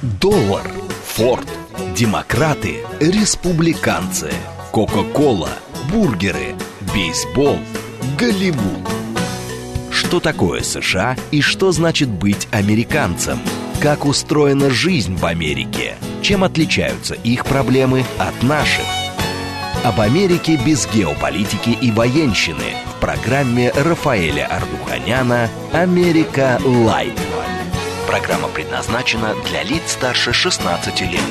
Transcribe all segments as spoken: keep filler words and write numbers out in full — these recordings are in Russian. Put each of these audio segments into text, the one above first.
Доллар, Форд, демократы, республиканцы, Кока-кола, бургеры, бейсбол, Голливуд. Что такое США и что значит быть американцем? Как устроена жизнь в Америке? Чем отличаются их проблемы от наших? Об Америке без геополитики и военщины в программе Рафаэля Ардуханяна «Америка Лайт». Программа предназначена для лиц старше шестнадцати лет.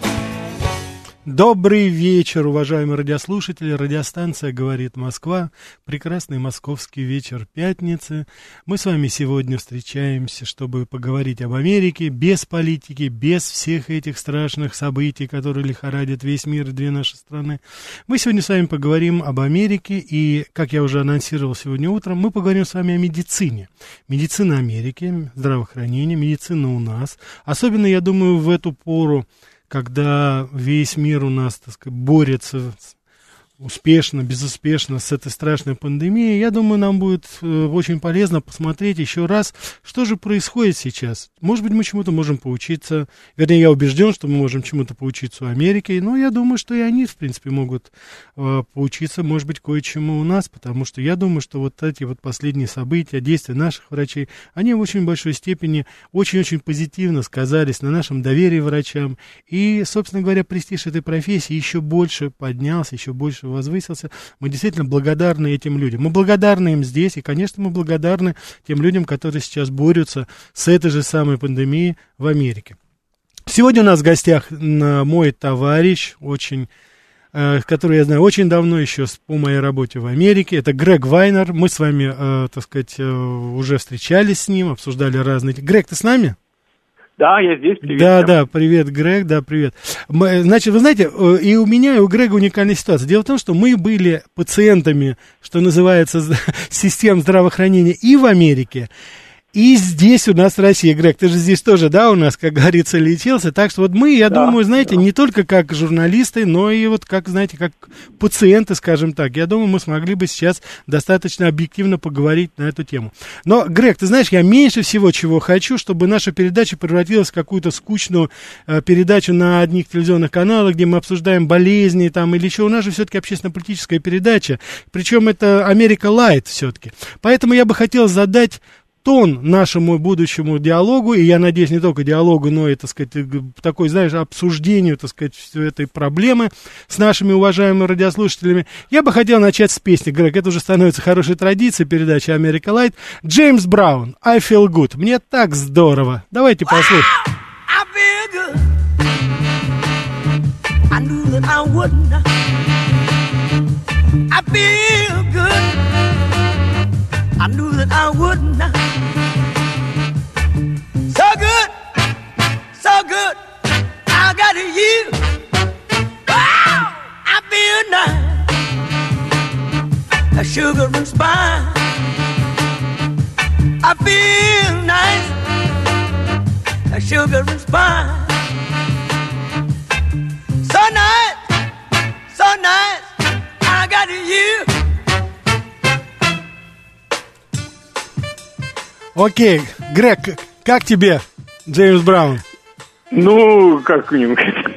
Добрый вечер, уважаемые радиослушатели. Радиостанция «Говорит Москва». Прекрасный московский вечер пятницы. Мы с вами сегодня встречаемся, чтобы поговорить об Америке без политики, без всех этих страшных событий, которые лихорадят весь мир и две наши страны. Мы сегодня с вами поговорим об Америке, и, как я уже анонсировал сегодня утром, мы поговорим с вами о медицине. Медицина Америки, здравоохранение, медицина у нас. Особенно, я думаю, в эту пору, когда весь мир у нас, так сказать, борется успешно, безуспешно с этой страшной пандемией, я думаю, нам будет э, очень полезно посмотреть еще раз, что же происходит сейчас. Может быть, мы чему-то можем поучиться, вернее, я убежден, что мы можем чему-то поучиться у Америки, но я думаю, что и они, в принципе, могут э, поучиться, может быть, кое-чему у нас, потому что я думаю, что вот эти вот последние события, действия наших врачей, они в очень большой степени очень-очень позитивно сказались на нашем доверии врачам, и, собственно говоря, престиж этой профессии еще больше поднялся, еще больше возвысился. Мы действительно благодарны этим людям. Мы благодарны им здесь, и, конечно, мы благодарны тем людям, которые сейчас борются с этой же самой пандемией в Америке. Сегодня у нас в гостях мой товарищ, очень, э, который я знаю очень давно еще по моей работе в Америке. Это Грег Вайнер. Мы с вами, э, так сказать, э, уже встречались с ним, обсуждали разные... Грег, ты с нами? Да, я здесь, привет. Да, да, привет, Грег, да, привет. Мы, значит, вы знаете, и у меня, и у Грега уникальная ситуация. Дело в том, что мы были пациентами, что называется, систем здравоохранения и в Америке, и здесь у нас в России. Грег, ты же здесь тоже, да, у нас, как говорится, лечился. Так что вот мы, я да, думаю, знаете, да. не только как журналисты, но и вот как, знаете, как пациенты, скажем так. Я думаю, мы смогли бы сейчас достаточно объективно поговорить на эту тему. Но, Грег, ты знаешь, я меньше всего чего хочу, чтобы наша передача превратилась в какую-то скучную э, передачу на одних телевизионных каналах, где мы обсуждаем болезни там или еще. У нас же все-таки общественно-политическая передача. Причем это Америка Лайт все-таки. Поэтому я бы хотел задать тон нашему будущему диалогу, и я надеюсь, не только диалогу, но и, так сказать, такой, знаешь, обсуждению, так сказать, этой проблемы с нашими уважаемыми радиослушателями. Я бы хотел начать с песни, Грег, это уже становится хорошей традицией передачи Америка Лайт. Джеймс Браун, I Feel Good. Мне так здорово. Давайте послушаем. I knew that I would not. So good, so good, I got you. Wow, I feel nice, a sugar and spice. I feel nice, a sugar and spice. So nice, so nice, I got you. Окей, Грег, как тебе Джеймс Браун? Ну, как-нибудь.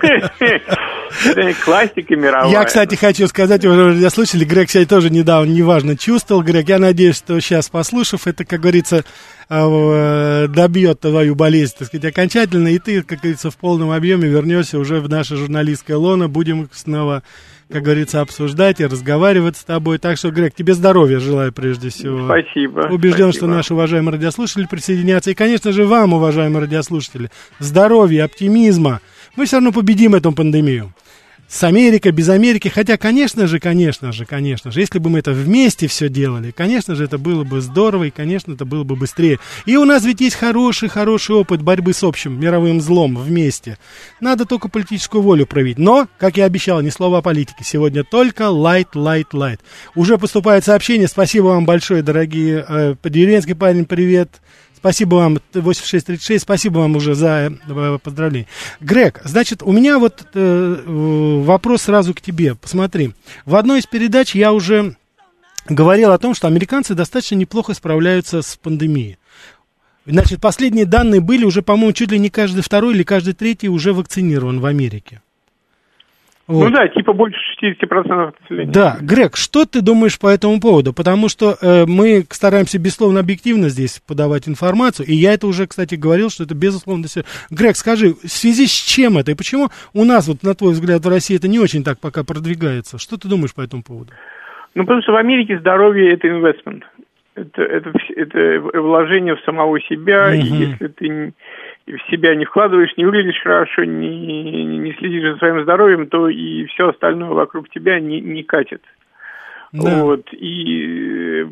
Классика мировая. Я, кстати, хочу сказать, вы уже слышали, Грег себя тоже недавно неважно чувствовал. Грег, я надеюсь, что сейчас, послушав, это, как говорится, добьет твою болезнь, так сказать, окончательно, и ты, как говорится, в полном объеме вернешься уже в наше журналистское лоно. Будем снова, как говорится, обсуждать и разговаривать с тобой. Так что, Грег, тебе здоровья желаю прежде всего. Спасибо. Убежден, спасибо. что наши уважаемые радиослушатели присоединятся. И, конечно же, вам, уважаемые радиослушатели, здоровья, оптимизма. Мы все равно победим эту пандемию. С Америкой, без Америки, хотя, конечно же, конечно же, конечно же, если бы мы это вместе все делали, конечно же, это было бы здорово, и, конечно, это было бы быстрее. И у нас ведь есть хороший-хороший опыт борьбы с общим мировым злом вместе. Надо только политическую волю проявить. Но, как я обещал, ни слова о политике. Сегодня только лайт, лайт, лайт. Уже поступает сообщение. Спасибо вам большое, дорогие. Э, деревенский парень, привет. Спасибо вам, восемьдесят шесть тридцать шесть, спасибо вам уже за э, поздравления. Грег, значит, у меня вот э, вопрос сразу к тебе. Посмотри, в одной из передач я уже говорил о том, что американцы достаточно неплохо справляются с пандемией. Значит, последние данные были уже, по-моему, чуть ли не каждый второй или каждый третий уже вакцинирован в Америке. Вот. Ну да, типа больше шестьдесят процентов населения. Да, Грег, что ты думаешь по этому поводу? Потому что э, мы стараемся безусловно объективно здесь подавать информацию, и я это уже, кстати, говорил, что это безусловно... Грег, скажи, в связи с чем это, и почему у нас, вот на твой взгляд, в России это не очень так пока продвигается? Что ты думаешь по этому поводу? Ну, потому что в Америке здоровье – это инвестмент. Это, это, это вложение в самого себя, Mm-hmm. и если ты в себя не вкладываешь, не выглядишь хорошо, не, не следишь за своим здоровьем, то и все остальное вокруг тебя не, не катит. Да. Вот. И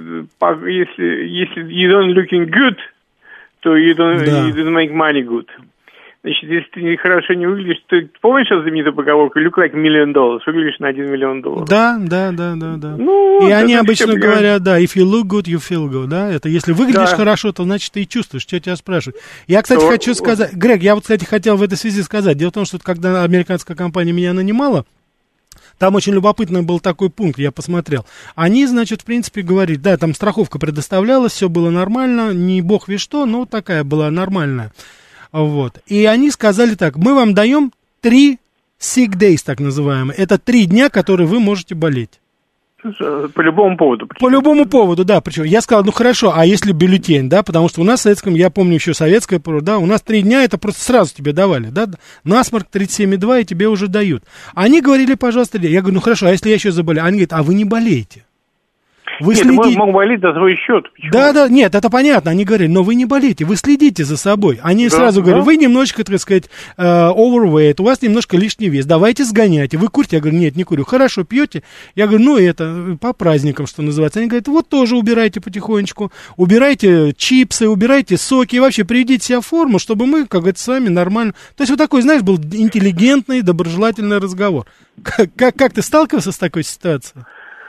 если, если you don't looking good, то you don't, Да. you don't make money good. Значит, если ты хорошо не выглядишь, ты помнишь знаменитую поговорку «look like million dollars», выглядишь на один миллион долларов. Да, да, да, да, да. Ну, и вот они обычно все говорят, да, if you look good, you feel good, да, это если выглядишь да. хорошо, то значит ты и чувствуешь, что тебя спрашивают. Я, кстати, То... хочу сказать, Грег, я вот, кстати, хотел в этой связи сказать, дело в том, что когда американская компания меня нанимала, там очень любопытный был такой пункт, я посмотрел. Они, значит, в принципе, говорят, да, там страховка предоставлялась, все было нормально, не бог весь что, но такая была нормальная. Вот. И они сказали так, мы вам даем три sick days, так называемые. Это три дня, которые вы можете болеть. По любому поводу. По любому поводу, да. Причем я сказал, ну хорошо, а если бюллетень, да, потому что у нас в советском, я помню еще советское, да, у нас три дня, это просто сразу тебе давали, да, насморк тридцать семь и два, и тебе уже дают. Они говорили, пожалуйста, я говорю, ну хорошо, а если я еще заболею? Они говорят, а вы не болеете. Вы нет, следите... могу болеть за свой счет. Почему? Да, да, нет, это понятно, они говорили, но вы не болеете, вы следите за собой. Они да, сразу да. говорят, вы немножечко, так сказать, uh, overweight, у вас немножко лишний вес, давайте сгоняйте. Вы курите? Я говорю, нет, не курю. Хорошо, пьете? Я говорю, ну это, по праздникам, что называется. Они говорят, вот тоже убирайте потихонечку, убирайте чипсы, убирайте соки, и вообще приведите себя в форму, чтобы мы, как говорится, с вами нормально. То есть вот такой, знаешь, был интеллигентный, доброжелательный разговор. Как, как, как ты сталкивался с такой ситуацией?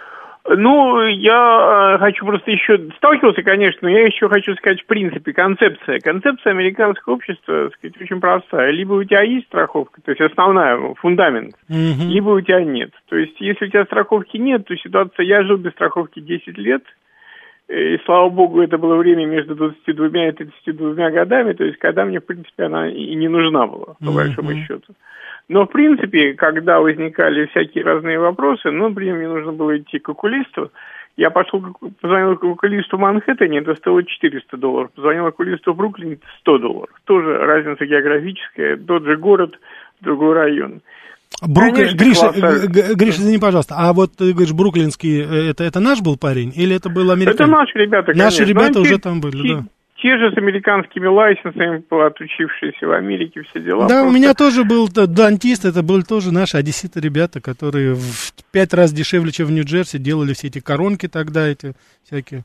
Ну, я хочу просто еще... Сталкивался, конечно, но я еще хочу сказать, в принципе, концепция. Концепция американского общества, так сказать, очень простая. Либо у тебя есть страховка, то есть основная, фундамент, mm-hmm. либо у тебя нет. То есть, если у тебя страховки нет, то ситуация... Я жил без страховки десять лет, и, слава богу, это было время между двадцатью двумя и тридцатью двумя годами, то есть, когда мне, в принципе, она и не нужна была, по mm-hmm. большому счету. Но, в принципе, когда возникали всякие разные вопросы, ну, например, мне нужно было идти к окулисту, я пошел, позвонил к окулисту в Манхэттене, это стоило четыреста долларов, позвонил к окулисту в Бруклине, сто долларов. Тоже разница географическая, тот же город, другой район. Брук... Гриша, Гриша, извини, пожалуйста, а вот ты говоришь, бруклинский, это, это наш был парень или это был американец? Это наши ребята, конечно. Наши ребята но уже те, там были, те, да. Те же с американскими лайсенсами, отучившиеся в Америке, все дела. Да, просто... у меня тоже был дантист, это были тоже наши одесситы ребята, которые в пять раз дешевле, чем в Нью-Джерси, делали все эти коронки тогда, эти всякие.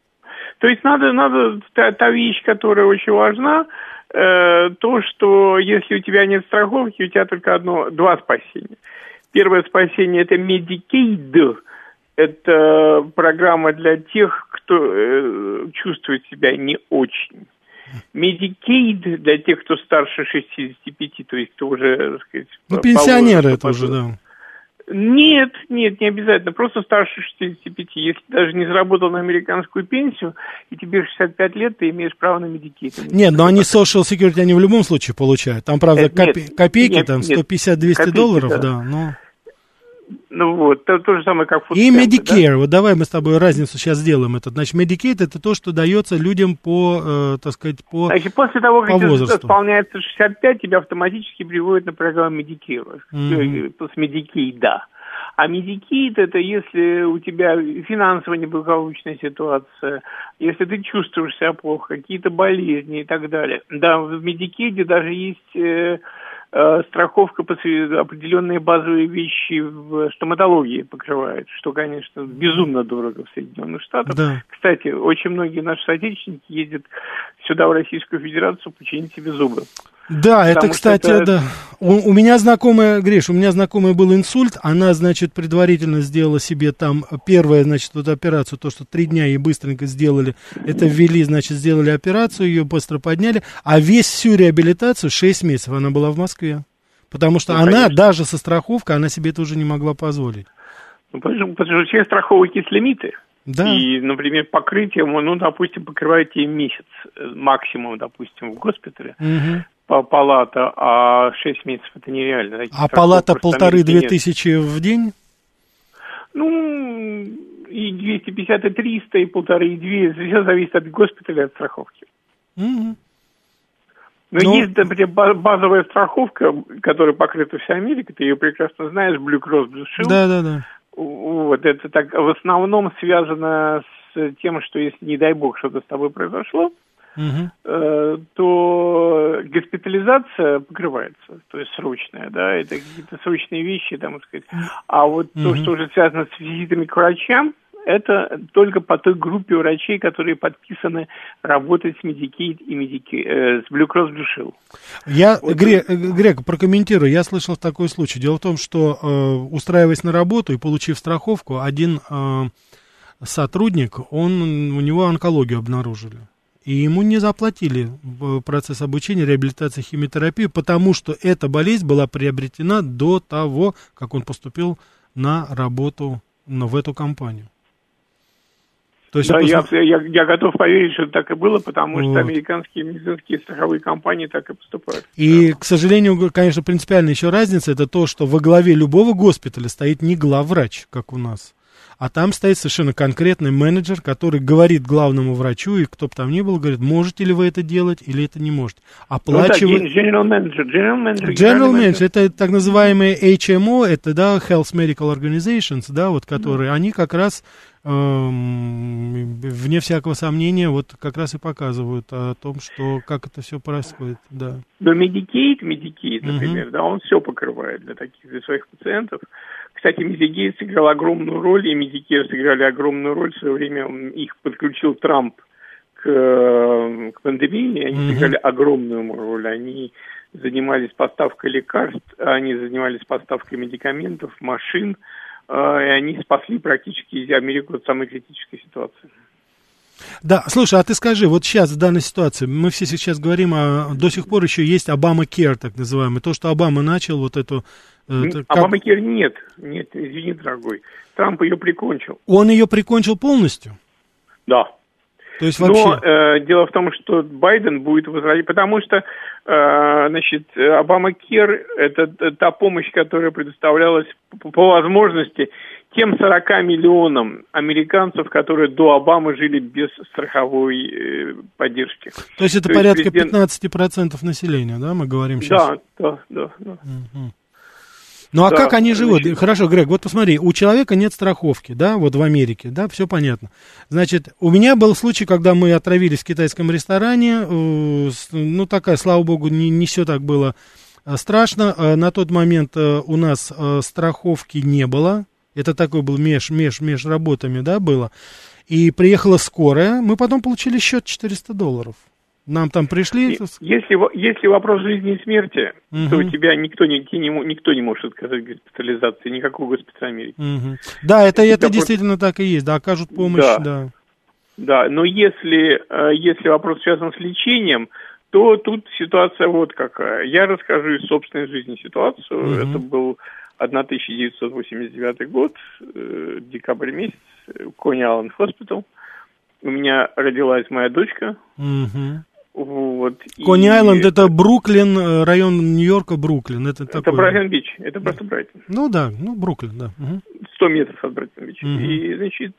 То есть надо, надо та, та вещь, которая очень важна, э, то, что если у тебя нет страховки, у тебя только одно, два спасения. Первое спасение – это Medicaid. Это программа для тех, кто э, чувствует себя не очень. Medicaid для тех, кто старше шестидесяти пяти, то есть кто уже, так сказать... Ну, пенсионеры это уже, да. Нет, нет, не обязательно. Просто старше шестидесяти пяти. Если даже не заработал на американскую пенсию, и тебе шестьдесят пять лет, ты имеешь право на Medicaid. Нет, но они Social Security они в любом случае получают. Там, правда, это, копе- нет, копейки, нет, там сто пятьдесят - двести долларов, да, да, но... Ну вот, то, то же самое, как в И Medicare, да? Вот давай мы с тобой разницу сейчас сделаем. Это, значит, Medicaid это то, что дается людям по, э, так сказать, по Значит, после того, как тебе исполняется шестьдесят пять, тебя автоматически приводят на программу Medicare, mm-hmm. с Medicaid, да. А Medicaid это если у тебя финансово неблагополучная ситуация, если ты чувствуешь себя плохо, какие-то болезни и так далее. Да, в Medicaid даже есть... Э, страховка по определенные базовые вещи в стоматологии покрывает, что, конечно, безумно дорого в Соединенных Штатах. Да. Кстати, очень многие наши соотечественники ездят сюда, в Российскую Федерацию, починить себе зубы. Да, Потому это, кстати, это... да. У, у меня знакомая, Гриш, у меня знакомая был инсульт, она, значит, предварительно сделала себе там первую, значит, вот операцию, то, что три дня ей быстренько сделали, это ввели, значит, сделали операцию, ее быстро подняли, а весь всю реабилитацию шесть месяцев она была в Москве, потому что ну, она, конечно. Даже со страховкой, она себе это уже не могла позволить. Ну, потому что, потому что все страховки есть лимиты. Да. И, например, покрытие, ну, допустим, покрывает тебе месяц максимум, допустим, в госпитале. Угу. Палата, а шесть месяцев это нереально. Таких а палата полторы-две нет. тысячи в день? Ну, и двести пятьдесят, и триста, и полторы, и две. Все зависит от госпиталя, от страховки. Угу. Но ну... есть, например, базовая страховка, которая покрыта вся Америка, ты ее прекрасно знаешь, Blue Cross Blue Shield. Да, да, да. Вот, это так в основном связано с тем, что если, не дай бог, что-то с тобой произошло, Угу. то госпитализация покрывается, то есть срочная, да, это какие-то срочные вещи, там, так сказать. А вот угу. то, что уже связано с визитами к врачам, это только по той группе врачей, которые подписаны работать с Medicaid и Medicaid, э, с Blue Cross Blue Shield. Я, вот. Грек, Грек, прокомментирую, я слышал такой случай. Дело в том, что э, устраиваясь на работу и получив страховку, один э, сотрудник, он, у него онкологию обнаружили. И ему не заплатили процесс обучения, реабилитации, химиотерапии, потому что эта болезнь была приобретена до того, как он поступил на работу ну, в эту компанию. То есть, да, я, я, я, я готов поверить, что так и было, потому вот. что американские медицинские страховые компании так и поступают. И, да. к сожалению, конечно, принципиальная еще разница, это то, что во главе любого госпиталя стоит не главврач, как у нас, а там стоит совершенно конкретный менеджер, который говорит главному врачу, и кто бы там ни был, говорит, можете ли вы это делать или это не можете. Оплачивать... Ну, да, general manager, general manager. General manager, это так называемые эйч эм о, это, да, Health Medical Organizations, да, вот, которые, да. они как раз, эм, вне всякого сомнения, вот как раз и показывают о том, что, как это все происходит, да. Но Medicaid, Medicaid, например, uh-huh. да, он все покрывает для таких, для своих пациентов. Кстати, Medicaid сыграл огромную роль, и Medicare сыграли огромную роль. В свое время их подключил Трамп к, к пандемии, они mm-hmm. сыграли огромную роль. Они занимались поставкой лекарств, они занимались поставкой медикаментов, машин, и они спасли практически Америку от самой критической ситуации. Да, слушай, а ты скажи, вот сейчас, в данной ситуации, мы все сейчас говорим, о, до сих пор еще есть Обама-Кер, так называемый, то, что Обама начал вот эту... Обама-Кер как... нет, нет, извини, дорогой, Трамп ее прикончил. Он ее прикончил полностью? Да. То есть вообще... Но э, дело в том, что Байден будет возродить, потому что, э, значит, Обама-Кер – это та помощь, которая предоставлялась по, по возможности тем сорока миллионам американцев, которые до Обамы жили без страховой э, поддержки. То есть это То порядка есть президент... пятнадцать процентов населения, да, мы говорим сейчас? Да, да, да. да. Угу. Ну, а да, как они живут? значит... Хорошо, Грег, вот посмотри, у человека нет страховки, да, вот в Америке, да, все понятно. Значит, у меня был случай, когда мы отравились в китайском ресторане, э, ну, такая, слава богу, не, не все так было э, страшно. Э, на тот момент э, у нас э, страховки не было, это такой был меж, меж, меж работами, да, было. И приехала скорая, мы потом получили счет четыреста долларов. Нам там пришли... Если, если вопрос жизни и смерти, угу. то у тебя никто не, не, никто не может отказать госпитализации, никакого госпиталя Америки. Угу. Да, это, это, это действительно просто... так и есть, да, окажут помощь, да. Да, да, но если, если вопрос связан с лечением, то тут ситуация вот какая. Я расскажу из собственной жизни ситуацию. Угу. Это был тысяча девятьсот восемьдесят девятый год, декабрь месяц, Кони-Айленд хоспитал. У меня родилась моя дочка. Угу. Вот, Кони-Айленд и... это Бруклин, район Нью-Йорка, Бруклин. Это, это такой... Брайтон-Бич, это просто Брайтон. Ну да, ну Бруклин, да. Угу. сто метров от Брайтон-Бича. Угу. И, значит,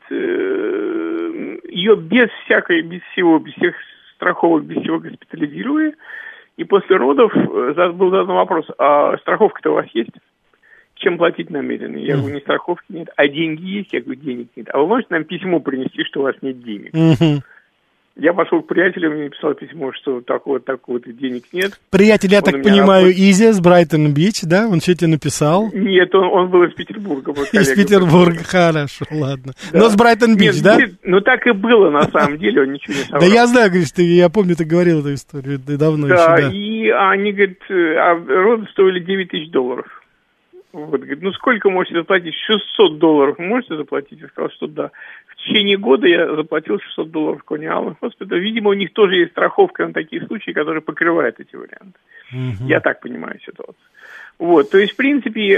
ее без всякой, без всего, без всех страховок, без всего госпитализировали. И после родов был задан вопрос, а страховка-то у вас есть? Чем платить намерены? Я говорю, ни страховки нет, а деньги есть? Я говорю, денег нет. А вы можете нам письмо принести, что у вас нет денег? Угу. Я пошел к приятелю, мне написал письмо, что такого, такого денег нет. Приятель, я он так понимаю, работает... Изи с Брайтон-Бич, да? Он что тебе написал? Нет, он, он был из Петербурга. Из Петербурга, хорошо, ладно. Да. Но с Брайтон-Бич, да? Нет, ну так и было, на самом деле, он ничего не соврал. Да я знаю, говоришь, ты, я помню, ты говорил эту историю давно еще, да. Да, и они, говорят, а роды стоили девять тысяч долларов. Вот, говорит, ну сколько можете заплатить? шестьсот долларов можете заплатить? Я сказал, что да. В течение года я заплатил шестьсот долларов Colonial Hospital. Видимо, у них тоже есть страховка на такие случаи, которая покрывает эти варианты. Uh-huh. Я так понимаю ситуацию. Вот, то есть, в принципе,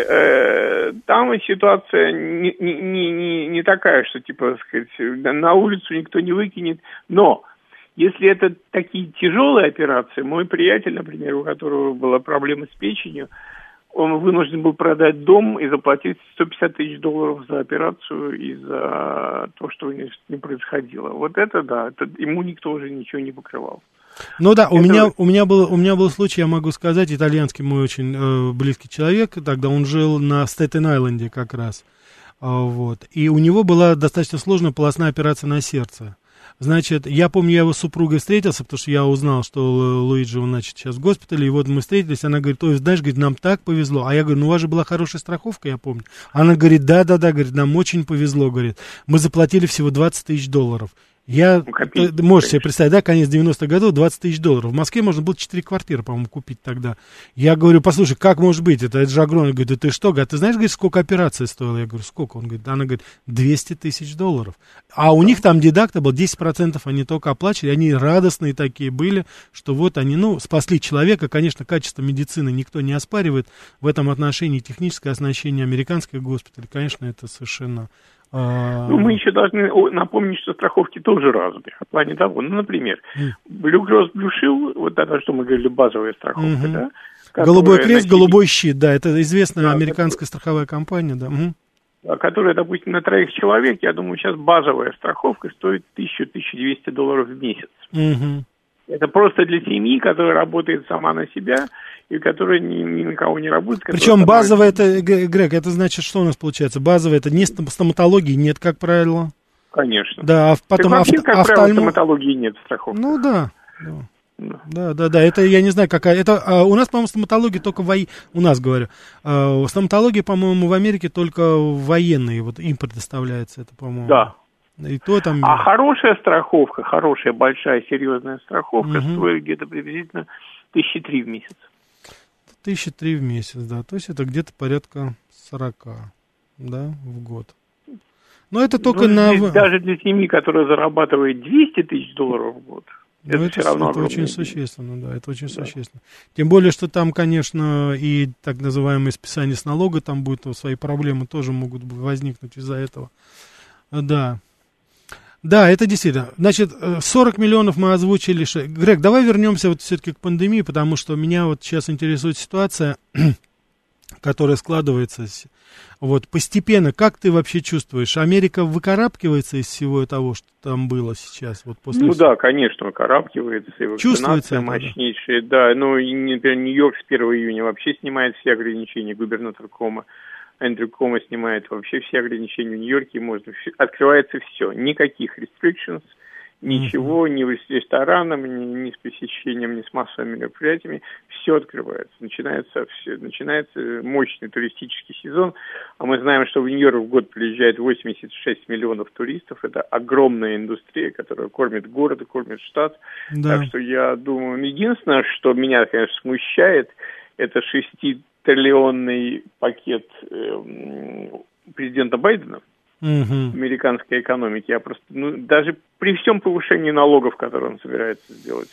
э, там ситуация не, не, не, не такая, что, типа, сказать, на улицу никто не выкинет. Но если это такие тяжелые операции, мой приятель, например, у которого была проблема с печенью, он вынужден был продать дом и заплатить сто пятьдесят тысяч долларов за операцию и за то, что у него не происходило. Вот это да, это, ему никто уже ничего не покрывал. Ну да, это... у меня, у, меня был, у меня был случай, я могу сказать, итальянский мой очень э, близкий человек, тогда он жил на Стейтен-Айленде как раз, э, вот, и у него была достаточно сложная полостная операция на сердце. Значит, я помню, я его с супругой встретился, потому что я узнал, что Луиджи, он, значит, сейчас в госпитале, и вот мы встретились, она говорит, ой, знаешь, говорит, нам так повезло, а я говорю, ну, у вас же была хорошая страховка, я помню. Она говорит, да-да-да, говорит, нам очень повезло, говорит, мы заплатили всего двадцать тысяч долларов. Я, ну, копейки, ты можешь себе представить, да, конец девяностых годов, двадцать тысяч долларов. В Москве можно было четыре квартиры, по-моему, купить тогда. Я говорю, послушай, как может быть, это, это же огромное. Он говорит, да ты что, говорит, ты знаешь, говорит, сколько операция стоила? Я говорю, сколько? Он говорит, она говорит, двести тысяч долларов. А у них там дедакта был десять процентов, они только оплачивали, они радостные такие были, что вот они, ну, спасли человека. Конечно, качество медицины никто не оспаривает. В этом отношении техническое оснащение американских госпиталей, конечно, это совершенно... Ну, мы еще должны напомнить, что страховки тоже разные. В плане того, ну, например, Blue Cross Blue Shield, вот это, что мы говорили, базовая страховка, угу. да? Голубой крест, начали... голубой щит, да, это известная да, американская это... страховая компания, да. Угу. Которая, допустим, на троих человек, я думаю, сейчас базовая страховка стоит тысяча - тысяча двести долларов в месяц. Угу. Это просто для семьи, которая работает сама на себя, и которая ни, ни на кого не работает. Причем базовая, это, Грег, это значит, что у нас получается? Базовая, это не стоматологии нет, как правило. Конечно. Да, а потом так вообще, авто, как офтальмо... правило, стоматологии нет страховки. Ну да. Да. Да, да, да, это я не знаю какая, это а, у нас, по-моему, стоматология только во... у нас, говорю, а, стоматология, по-моему, в Америке только военные, вот им предоставляется это, по-моему. Да. И то там... А хорошая страховка, хорошая, большая, серьезная страховка угу. стоит где-то приблизительно тысячи три в месяц. Тысячи три в месяц, да, то есть это где-то порядка сорока, да, в год. Но это только ну, на... Даже для семьи, которая зарабатывает двести тысяч долларов в год, это, это все равно это очень существенно, да, это очень да. существенно. Тем более, что там, конечно, и так называемое списание с налога, там будут свои проблемы тоже могут возникнуть из-за этого. Да. Да, это действительно. Значит, сорок миллионов мы озвучили. Грег, давай вернемся вот все-таки к пандемии, потому что меня вот сейчас интересует ситуация, которая складывается вот постепенно. Как ты вообще чувствуешь? Америка выкарабкивается из всего того, что там было сейчас? Вот после ну всего? Да, конечно, выкарабкивается. И вакцинация мощнейшая. Да, да ну, например, Нью-Йорк с первого июня вообще снимает все ограничения. Губернатор Кома. Эндрю Кома снимает вообще все ограничения в Нью-Йорке, можно, открывается все, никаких restrictions, ничего, mm-hmm. ни с рестораном, ни, ни с посещением, ни с массовыми мероприятиями, все открывается, начинается, все, начинается мощный туристический сезон, а мы знаем, что в Нью-Йорк в год приезжает восемьдесят шесть миллионов туристов, это огромная индустрия, которая кормит город и кормит штат, да. Так что я думаю, единственное, что меня, конечно, смущает, это шести триллионный пакет э, президента Байдена угу. американской экономики. Я просто, ну, даже при всем повышении налогов, которые он собирается сделать,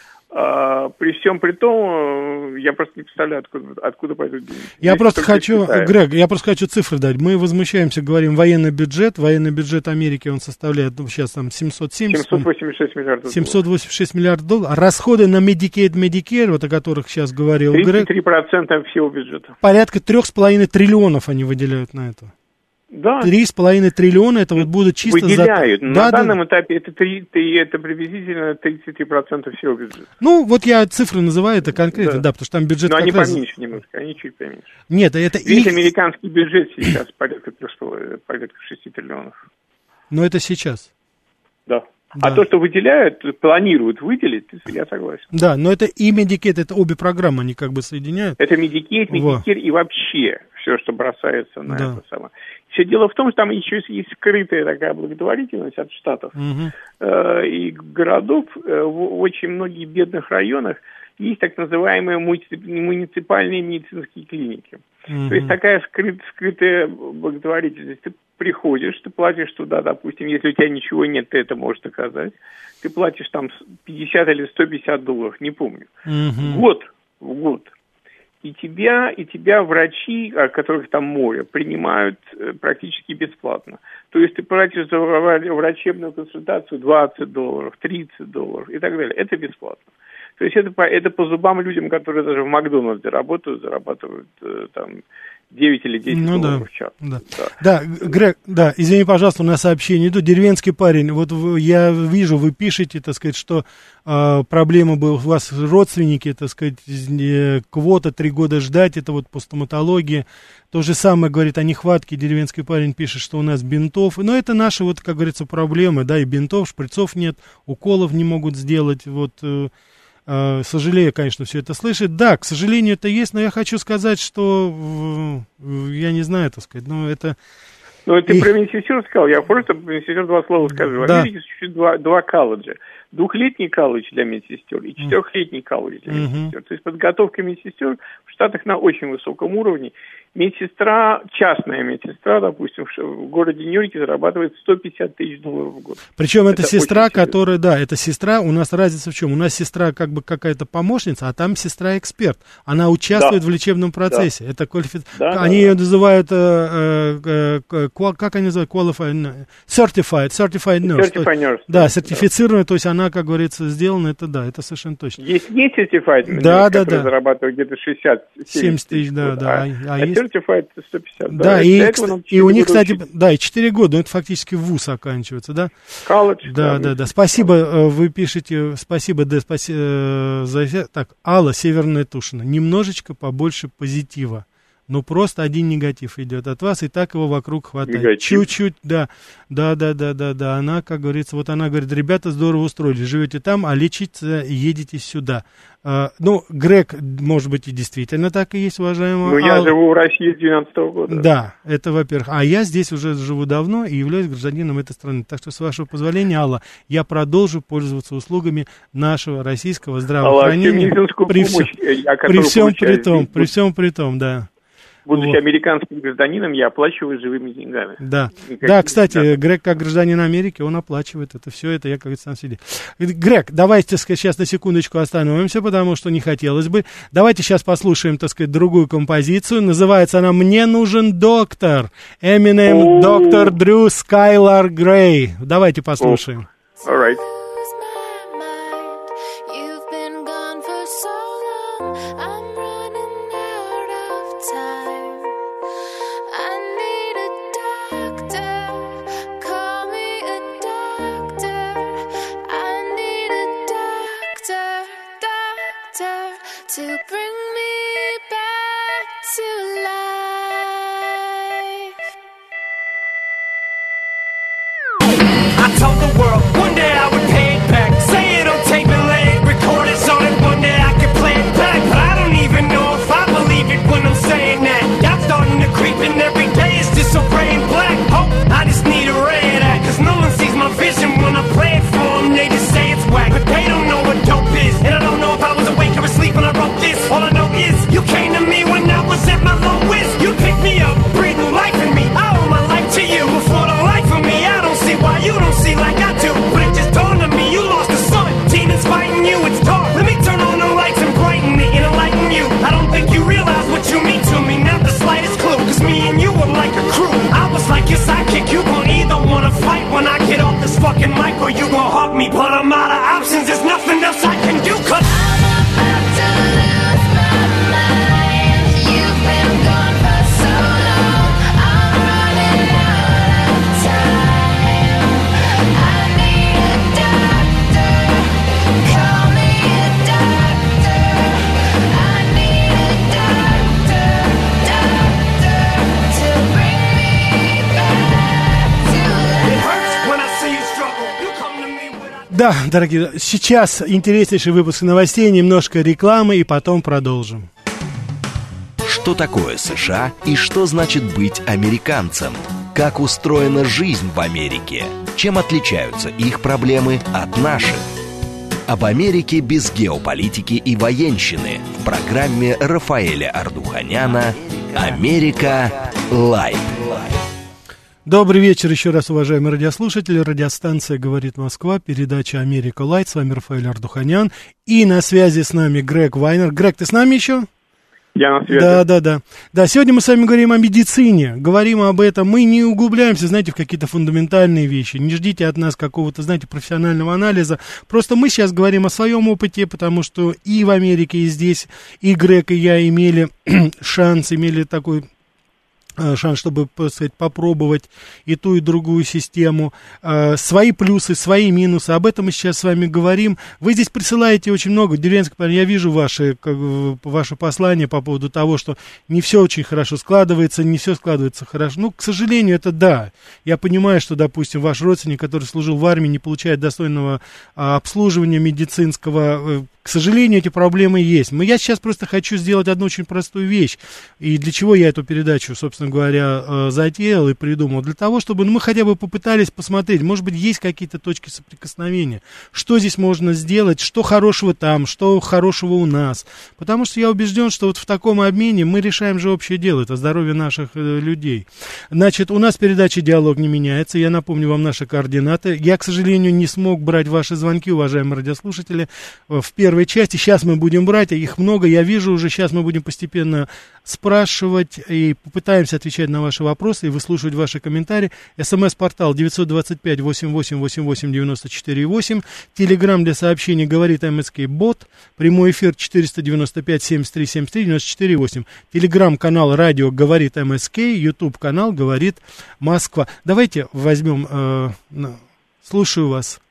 а, при всем при том, я просто не представляю, откуда, откуда пойдут деньги. Я Здесь просто хочу, Грег, я просто хочу цифры дать. Мы возмущаемся, говорим, военный бюджет. Военный бюджет Америки, он составляет, ну, сейчас там семьсот семьдесят... семьсот восемьдесят шесть миллиардов долларов. семьсот восемьдесят шесть миллиардов долларов. Расходы на Medicaid, Medicare, вот о которых сейчас говорил Грег... тридцать три процента всего бюджета. Порядка трех с половиной триллионов они выделяют на это. Да. Три с половиной триллиона, это вот будут чисто... Выделяют. За... На да, данном да. этапе это, три, это приблизительно тридцать три процента всего бюджета. Ну, вот я цифры называю, это конкретно, да, да потому что там бюджет... Но как они раз... поменьше немножко, они чуть поменьше. Нет, это... Весь их... американский бюджет сейчас порядка, порядка шести триллионов. Но это сейчас. Да. Да. А то, что выделяют, планируют выделить, я согласен. Да, но это и Medicaid, это обе программы, они как бы соединяют. Это Medicaid, Medicare и вообще все, что бросается на да. это самое. Все дело в том, что там еще есть скрытая такая благотворительность от штатов угу. э, и городов. Э, в очень многих бедных районах есть так называемые муниципальные медицинские клиники. Mm-hmm. То есть такая скрыт, скрытая благотворительность. Ты приходишь, ты платишь туда, допустим, если у тебя ничего нет, ты это можешь доказать. Ты платишь там пятьдесят или сто пятьдесят долларов, не помню. Mm-hmm. В год, в год. И тебя, и тебя врачи, которых там море, принимают практически бесплатно. То есть ты платишь за врачебную консультацию двадцать долларов, тридцать долларов и так далее. Это бесплатно. То есть это по, это по зубам людям, которые даже в Макдональдсе работают, зарабатывают там девять или десять ну, долларов да, в час. Да. Да. да, Грег, да, извини, пожалуйста, у нас сообщение идут. Деревенский парень, вот вы, я вижу, вы пишете, так сказать, что э, проблема была у вас родственники, так сказать, э, квота три года ждать, это вот по стоматологии. То же самое говорит о нехватке. Деревенский парень пишет, что у нас бинтов. Но это наши, вот, как говорится, проблемы, да, и бинтов, шприцов нет, уколов не могут сделать, вот... Э, Сожалею, конечно, все это слышать. Да, к сожалению, это есть, но я хочу сказать, что, я не знаю, так сказать, но это... Ну, ты и... про медсестер сказал, я просто про медсестер два слова скажу. В да. Америке существует два, два колледжа. Двухлетний колледж для медсестер и четырехлетний колледж для медсестер. Mm-hmm. То есть подготовка медсестер в Штатах на очень высоком уровне. Медсестра, частная медсестра, допустим, в городе Нью-Йорке зарабатывает сто пятьдесят тысяч долларов в год. Причем это, это сестра, которая, да, это сестра, у нас разница в чем? У нас сестра как бы какая-то помощница, а там сестра-эксперт. Она участвует да. в лечебном процессе. Да. Это квалифи... да, они да, ее да. называют, э, э, э, как они называют, qualified, certified, certified nurse. Certified nurse. Да, да, сертифицированная, то есть она, как говорится, сделана, это да, это совершенно точно. Есть не certified nurse, да, да, которые да. зарабатывают где-то шестьдесят-семьдесят тысяч, да, да. А, а, а есть... certified сто пятьдесят. Да, да и, и у них, кстати, учить. Да, и четыре года, но это фактически вуз оканчивается, да? Колледж. Да, да, да, да. Спасибо, вы пишете, спасибо, да, спасибо за... Так, Алла, Северная Тушина, немножечко побольше позитива. Ну, просто один негатив идет от вас, и так его вокруг хватает. Негатив. Чуть-чуть, да, да, да, да, да, да. Она, как говорится, вот она говорит, ребята здорово устроили, живете там, а лечиться едете сюда. А, ну, Грег, может быть, и действительно так и есть, уважаемый. Ну, я Ал... живу в России с двенадцатого года. Да, это во-первых. А я здесь уже живу давно и являюсь гражданином этой страны. Так что, с вашего позволения, Алла, я продолжу пользоваться услугами нашего российского здравоохранения. Алла, при, помощь, я, при всем при том, при всем при том, да. Будучи вот. американским гражданином, я оплачиваю живыми деньгами. Да, да, кстати, да. Грег, как гражданин Америки, он оплачивает это все, это я, как говорится, сам себе. Грег, давайте, так сказать, сейчас на секундочку остановимся, потому что не хотелось бы. Давайте сейчас послушаем, так сказать, другую композицию. Называется она «Мне нужен доктор». Eminem, доктор Дрю, Скайлар Грей. Давайте послушаем. All right. To bring me back to life. I told the world one day I would pay it back. Say it on tape and let it record it so that one day I could play it back. But I don't even know if I believe it when I'm saying that. Y'all starting to creep and every day it's just so gray and black. Hope I just need a ray of that. Cause no one sees my vision when I play it for them. They just say it's whack. But they don't know what dope is. And I don't know if I was awake or asleep when I wrote this. All I know is you came to me when I was at my lowest. You picked me up, breathed new life in me. I owe my life to you. Before the life of me, I don't see why you don't see like I do. But it just dawned on me, you lost the sun. Demons fighting you, it's dark. Let me turn on the lights and brighten it and enlighten you. I don't think you realize what you mean to me, not the slightest clue. Cause me and you were like a crew. I was like your sidekick, you gon' either wanna fight when I get off this fucking mic, or you gon' hug me. But I'm out of options, there's nothing else I can do. Cause Да, дорогие, сейчас интереснейший выпуск новостей, немножко рекламы и потом продолжим. Что такое США и что значит быть американцем? Как устроена жизнь в Америке? Чем отличаются их проблемы от наших? Об Америке без геополитики и военщины в программе Рафаэля Ардуханяна Америка Лайт. Добрый вечер еще раз, уважаемые радиослушатели. Радиостанция «Говорит Москва», передача «Америка Лайт». С вами Рафаэль Ардуханян. И на связи с нами Грег Вайнер. Грег, ты с нами еще? Я на связи. Да, да, да. Да, сегодня мы с вами говорим о медицине, говорим об этом. Мы не углубляемся, знаете, в какие-то фундаментальные вещи. Не ждите от нас какого-то, знаете, профессионального анализа. Просто мы сейчас говорим о своем опыте, потому что и в Америке, и здесь, и Грег, и я имели шанс, имели такой... шанс, чтобы, так сказать, попробовать и ту, и другую систему, э, свои плюсы, свои минусы, об этом мы сейчас с вами говорим. Вы здесь присылаете очень много, деревенских, я вижу ваши, как, ваши послания по поводу того, что не все очень хорошо складывается, не все складывается хорошо. Ну, к сожалению, это да. Я понимаю, что, допустим, ваш родственник, который служил в армии, не получает достойного а, обслуживания медицинского. К сожалению, эти проблемы есть. Но я сейчас просто хочу сделать одну очень простую вещь. И для чего я эту передачу, собственно говоря, затеял и придумал? Для того, чтобы ну, мы хотя бы попытались посмотреть, может быть, есть какие-то точки соприкосновения. Что здесь можно сделать, что хорошего там, что хорошего у нас. Потому что я убежден, что вот в таком обмене мы решаем же общее дело. Это здоровье наших э, людей. Значит, у нас передача «Диалог» не меняется. Я напомню вам наши координаты. Я, к сожалению, не смог брать ваши звонки, уважаемые радиослушатели, в первой части. Сейчас мы будем брать, их много, я вижу уже. Сейчас мы будем постепенно спрашивать и попытаемся отвечать на ваши вопросы и выслушивать ваши комментарии. СМС-портал девять два пять восемь восемь восемь восемь девять четыре восемь. Телеграм для сообщений «Говорит МСК Бот». Прямой эфир четыреста девяносто пять семьдесят три семьдесят три девяносто четыре восемь. Телеграм-канал «Радио Говорит МСК». Ютуб-канал «Говорит Москва». Давайте возьмем... Э, слушаю вас.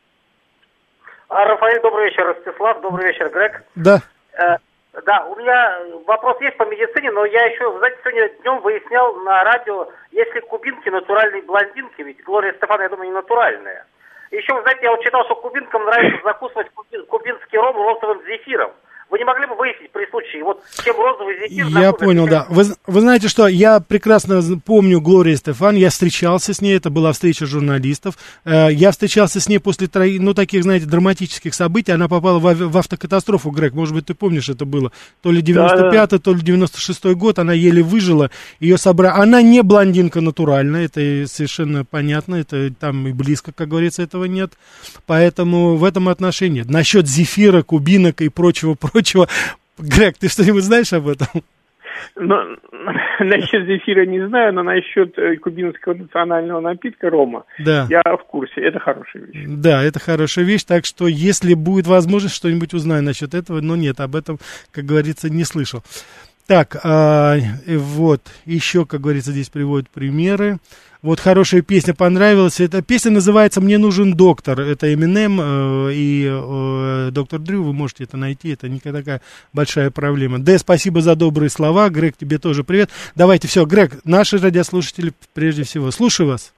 А, Рафаэль, добрый вечер, Ростислав, добрый вечер, Грег. Да. Э, да, у меня вопрос есть по медицине, но я еще, знаете, сегодня днем выяснял на радио, есть ли кубинки натуральные блондинки, ведь Глория Стефан, я думаю, не натуральная. Еще, знаете, я вот читал, что кубинкам нравится закусывать кубин, кубинский ром розовым зефиром. Вы не могли бы выяснить при случае, вот чем розовый зефир... Я понял, да. Вы, вы знаете, что я прекрасно помню Глорию Стефан, я встречался с ней, это была встреча журналистов. Э, я встречался с ней после, ну, таких, знаете, драматических событий. Она попала в, в автокатастрофу, Грег, может быть, ты помнишь, это было то ли девяносто пятый, то ли девяносто шестой год, она еле выжила, ее собрали. Она не блондинка натуральная, это совершенно понятно, это там и близко, как говорится, этого нет. Поэтому в этом отношении. Насчет зефира, кубинок и прочего-прочего, чего? Грег, ты что-нибудь знаешь об этом? Ну, насчет зефира не знаю, но насчет кубинского национального напитка рома, да, я в курсе. Это хорошая вещь. Да, это хорошая вещь, так что если будет возможность, что-нибудь узнаю насчет этого, но нет, об этом, как говорится, не слышал. Так, а, вот, еще, как говорится, здесь приводят примеры. Вот хорошая песня понравилась. Эта песня называется «Мне нужен доктор». Это Эминем э, и э, доктор Дрю. Вы можете это найти. Это не такая большая проблема. Дэ, спасибо за добрые слова. Грег, тебе тоже привет. Давайте, все, Грег, наши радиослушатели прежде всего. Слушаю вас.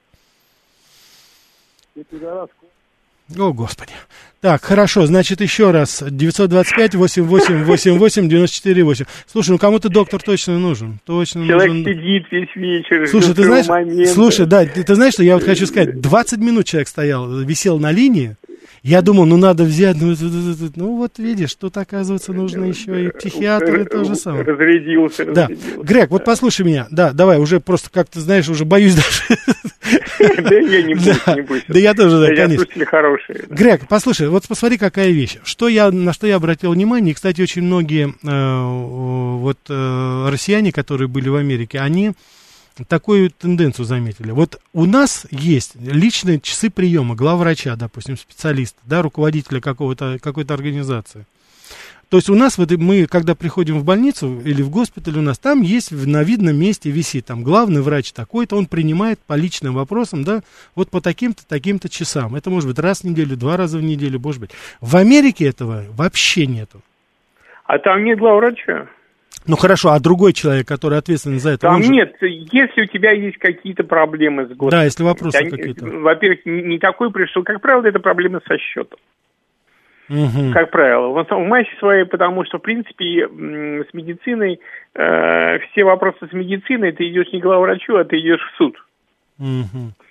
О, Господи. Так, хорошо, значит, еще раз. девять два пять восемь восемь восемь восемь девять четыре восемь. Слушай, ну кому-то доктор точно нужен. Точно Человек нужен. сидит весь вечер. Слушай, ты знаешь, момента. слушай, да, ты, ты знаешь, что я вот хочу сказать, двадцать минут человек стоял, висел на линии. Я думал, ну надо взять, ну, ну вот видишь, тут, оказывается, нужно еще и психиатр, и то же самое. Разрядился, да. разрядился. Грег, вот послушай меня, да, давай, уже просто, как ты знаешь, уже боюсь даже. Да я не буду, не буду. Да я тоже, да, конечно. Слушатели хорошие. Грег, послушай, вот посмотри, какая вещь. Что я, на что я обратил внимание, и, кстати, очень многие вот россияне, которые были в Америке, они такую тенденцию заметили. Вот у нас есть личные часы приема главврача, допустим, специалиста, да, руководителя какого-то, какой-то организации. То есть у нас, вот мы, когда приходим в больницу или в госпиталь, у нас там есть на видном месте висит, там главный врач такой-то, он принимает по личным вопросам, да, вот по таким-то, таким-то часам. Это может быть раз в неделю, два раза в неделю, может быть. В Америке этого вообще нету. А там нет главврача. Ну хорошо, а другой человек, который ответственен за это? Там же... нет, если у тебя есть какие-то проблемы с госпиталем. Да, если вопросы они, какие-то. Во-первых, не такой пришел, как правило, это проблемы со счетом. Угу. Как правило, в, в массе своей, потому что, в принципе, с медициной, э, все вопросы с медициной, ты идешь не к главврачу, а ты идешь в суд. Угу.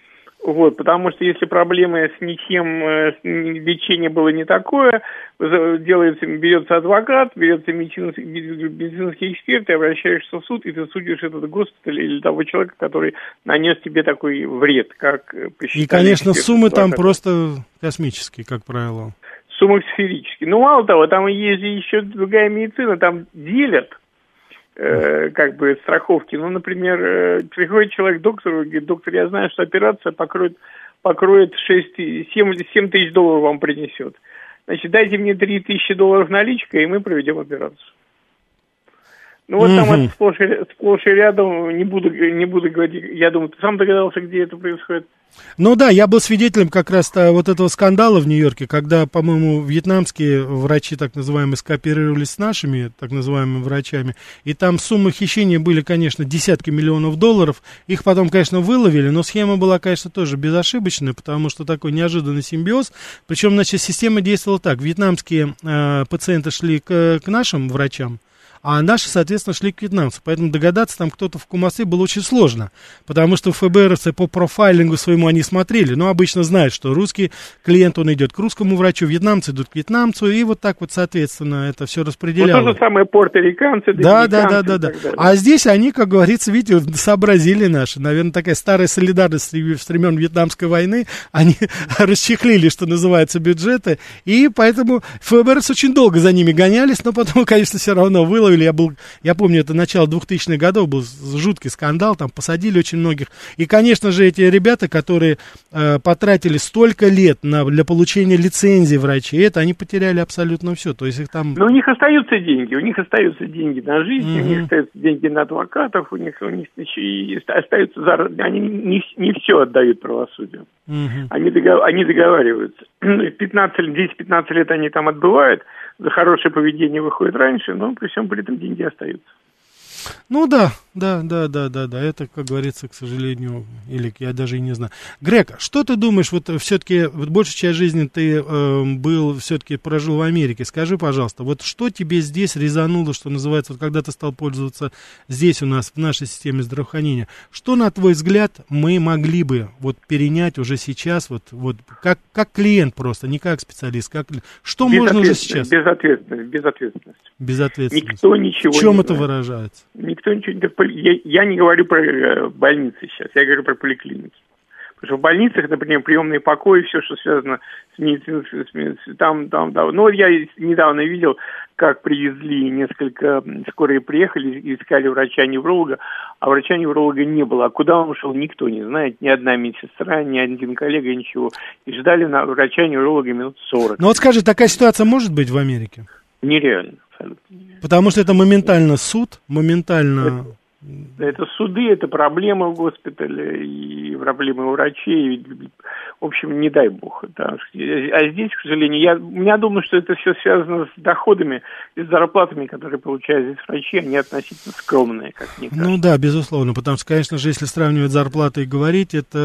Вот, потому что если проблемы с ничем, с лечение было не такое, делается, берется адвокат, берется медицинский, медицинский эксперт, ты обращаешься в суд, и ты судишь этот госпиталь или того человека, который нанес тебе такой вред, как посчитали. И, конечно, эксперты, суммы там адвокаты. Просто космические, как правило. Суммы сферические. Ну, мало того, там есть еще другая медицина, там делят э, как бы страховки. Ну, например, э, приходит человек к доктору и говорит: доктор, я знаю, что операция покроет, покроет шесть, семь тысяч долларов вам принесет. Значит, дайте мне три тысячи долларов наличкой, и мы проведем операцию. Ну, вот там это сплошь, сплошь и рядом, не буду, не буду говорить, я думаю, ты сам догадался, где это происходит? Ну да, я был свидетелем как раз вот этого скандала в Нью-Йорке, когда, по-моему, вьетнамские врачи, так называемые, скооперировались с нашими, так называемыми, врачами, и там суммы хищения были, конечно, десятки миллионов долларов, их потом, конечно, выловили, но схема была, конечно, тоже безошибочная, потому что такой неожиданный симбиоз, причем, значит, система действовала так: вьетнамские э, пациенты шли к, к нашим врачам, а наши, соответственно, шли к вьетнамцу. Поэтому догадаться, там кто-то в Кумасе, было очень сложно, потому что ФБРовцы по профайлингу своему они смотрели, но обычно знают, что русский клиент, он идет к русскому врачу, вьетнамцы идут к вьетнамцу, и вот так вот, соответственно, это все распределялось. Вот то же самое порториканцы, да, да, да, да, да. А здесь они, как говорится, видите, сообразили наши, наверное, такая старая солидарность с времен Вьетнамской войны, они расчехлили, что называется, бюджеты, и поэтому ФБРовцы очень долго за ними гонялись, но потом, конечно, все равно выловили. Я был, я помню, это начало двухтысячных годов, был жуткий скандал, там посадили очень многих. И, конечно же, эти ребята, которые э, потратили столько лет на, для получения лицензии врачей, это они потеряли абсолютно все. То есть их там... Но у них остаются деньги, у них остаются деньги на жизнь, mm-hmm. у них остаются деньги на адвокатов, у них, у них и остаются заработки. Они не, не все отдают правосудию. Mm-hmm. Они, догов, они договариваются. пятнадцать, десять-пятнадцать лет они там отбывают, за хорошее поведение выходит раньше, но при всем при этом деньги остаются. Ну да, да, да, да, да, да, это, как говорится, к сожалению, или я даже и не знаю. Грег, что ты думаешь, вот все-таки, вот большую часть жизни ты э, был, все-таки прожил в Америке, скажи, пожалуйста, вот что тебе здесь резануло, что называется, вот когда ты стал пользоваться здесь у нас, в нашей системе здравоохранения, что, на твой взгляд, мы могли бы вот перенять уже сейчас, вот, вот как, как клиент просто, не как специалист, как, что можно уже сейчас? Безответственность, безответственность. Безответственность. Никто ничего в чем не это знает. выражается? Никто ничего не... Я, я не говорю про больницы сейчас, я говорю про поликлиники. Потому что в больницах, например, приемные покои, все, что связано с медицинской... Там, там, да. Ну, я недавно видел, как привезли несколько... Скорые приехали, искали врача-невролога, а врача-невролога не было. А куда он ушел, никто не знает. Ни одна медсестра, ни один коллега, ничего. И ждали на врача-невролога минут сорок. Ну вот скажи, такая ситуация может быть в Америке? Нереально. Абсолютно. Потому что это моментально суд, моментально... Это, это суды, это проблемы в госпитале, и проблемы у врачей. В общем, не дай бог. Да. А здесь, к сожалению, я, я думаю, что это все связано с доходами и с зарплатами, которые получают здесь врачи, они относительно скромные, как мне кажется. Ну да, безусловно, потому что, конечно же, если сравнивать зарплаты и говорить, это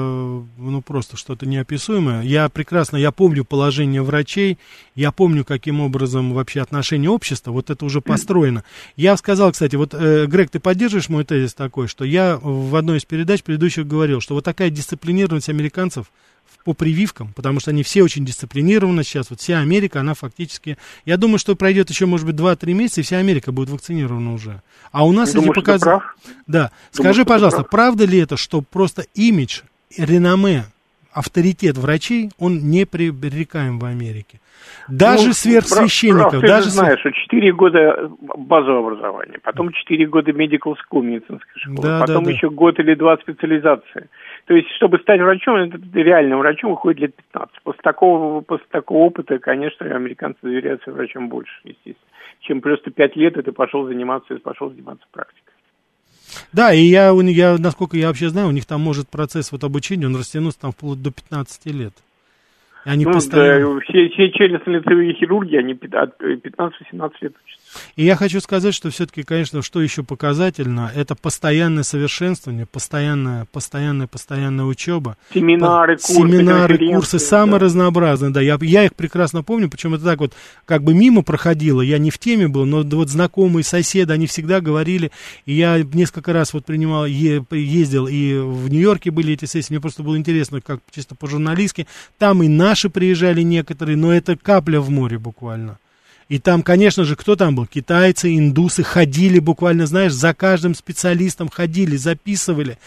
ну просто что-то неописуемое. Я прекрасно, я помню положение врачей, я помню, каким образом вообще отношение общества, вот это уже построено. Я сказал, кстати, вот, э, Грег, ты поддерживаешь мой тезис такой, что я в одной из передач предыдущих говорил, что вот такая дисциплинированность американцев по прививкам, потому что они все очень дисциплинированы сейчас, вот вся Америка, она фактически, я думаю, что пройдет еще, может быть, два-три месяца, и вся Америка будет вакцинирована уже. А у нас эти показатели... Да, думаю, скажи, пожалуйста, правда ли это, что просто имидж, реноме, авторитет врачей, он непререкаем в Америке? Даже ну, сверхсвященников. Прав, прав, даже ты же знаешь, что четыре года базового образования, потом четыре года medical school, медицинской школы, да, потом да, еще да. год или два специализации. То есть, чтобы стать врачом, реальным врачом, уходит лет пятнадцать. После такого, после такого опыта, конечно, американцы доверяют своим врачам больше, естественно, чем просто пять лет, и ты пошел заниматься, пошел заниматься практикой. Да, и я, я, насколько я вообще знаю, у них там может процесс вот обучения, он растянуться там вплоть до пятнадцати лет. Они ну, постоянно... да, все, все челюстно-лицевые хирурги, они от пятнадцати-восемнадцати лет учатся. И я хочу сказать, что все-таки, конечно, что еще показательно, это постоянное совершенствование, постоянная, постоянная, постоянная учеба. Семинары, курсы, Семинары, курсы, самые да. разнообразные, да. Я, я их прекрасно помню, причем это так вот как бы мимо проходило, я не в теме был, но вот знакомые, соседи, они всегда говорили, и я несколько раз вот принимал, е, ездил, и в Нью-Йорке были эти сессии, мне просто было интересно, как чисто по-журналистски, там и наши приезжали некоторые, но это капля в море буквально. И там, конечно же, кто там был? Китайцы, индусы ходили буквально, знаешь, за каждым специалистом ходили, записывали,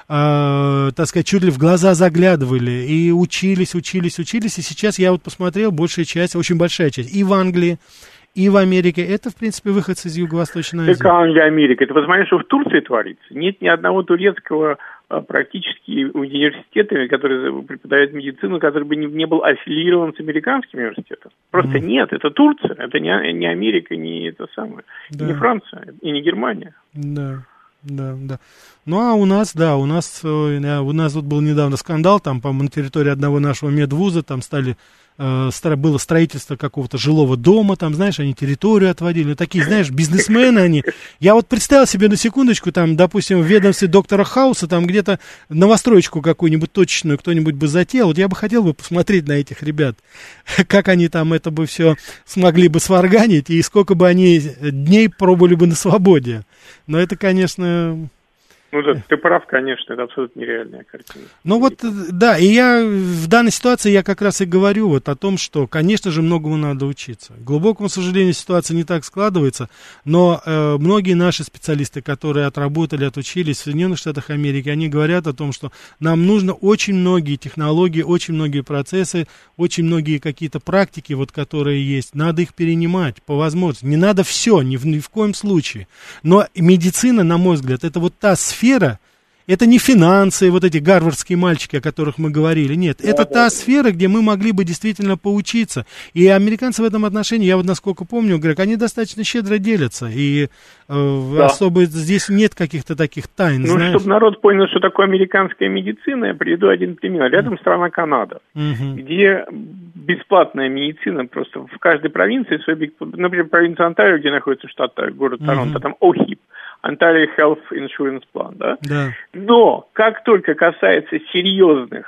э, так сказать, чуть ли в глаза заглядывали и учились, учились, учились. И сейчас я вот посмотрел, большая часть, очень большая часть, и в Англии, и в Америке, это, в принципе, выходцы из Юго-Восточной Азии. Так Англия, Америка. Ты посмотри, что в Турции творится. Нет ни одного турецкого практически университета, который преподает медицину, который бы не, не был аффилирован с американским университетом. Просто mm. нет, это Турция, это не, не Америка, не это самое, да. не Франция и не Германия. Да, да, да. Ну, а у нас, да, у нас, у нас вот был недавно скандал, там, по-моему, на территории одного нашего медвуза, там стали, э, было строительство какого-то жилого дома, там, знаешь, они территорию отводили, такие, знаешь, бизнесмены они. Я вот представил себе на секундочку, там, допустим, в ведомстве доктора Хауса, там где-то новостроечку какую-нибудь точечную кто-нибудь бы затеял, вот я бы хотел бы посмотреть на этих ребят, как они там это бы все смогли бы сварганить, и сколько бы они дней пробовали бы на свободе. Но это, конечно... Ну да, ты прав, конечно, это абсолютно нереальная картина. Ну вот, да, и я в данной ситуации я как раз и говорю вот о том, что, конечно же, многому надо учиться. К глубокому сожалению, ситуация не так складывается, но э, многие наши специалисты, которые отработали, отучились в Соединенных Штатах Америки, они говорят о том, что нам нужно очень многие технологии, очень многие процессы, очень многие какие-то практики, вот, которые есть, надо их перенимать по возможности. Не надо все, ни в, ни в коем случае. Но медицина, на мой взгляд, это вот та сфера, Сфера, это не финансы, вот эти гарвардские мальчики, о которых мы говорили, нет, да, это да, та да. сфера, где мы могли бы действительно поучиться, и американцы в этом отношении, я вот насколько помню, говорят, они достаточно щедро делятся, и э, да. особо здесь нет каких-то таких тайн, ну, знаешь. чтобы народ понял, что такое американская медицина, я приведу один пример. Рядом mm. страна Канада, mm-hmm. где бесплатная медицина просто в каждой провинции, например, провинция Онтарио, где находится штат, город Торонто, mm-hmm. там ОХИП, Ontario Health Insurance Plan, да? Да. Но как только касается серьезных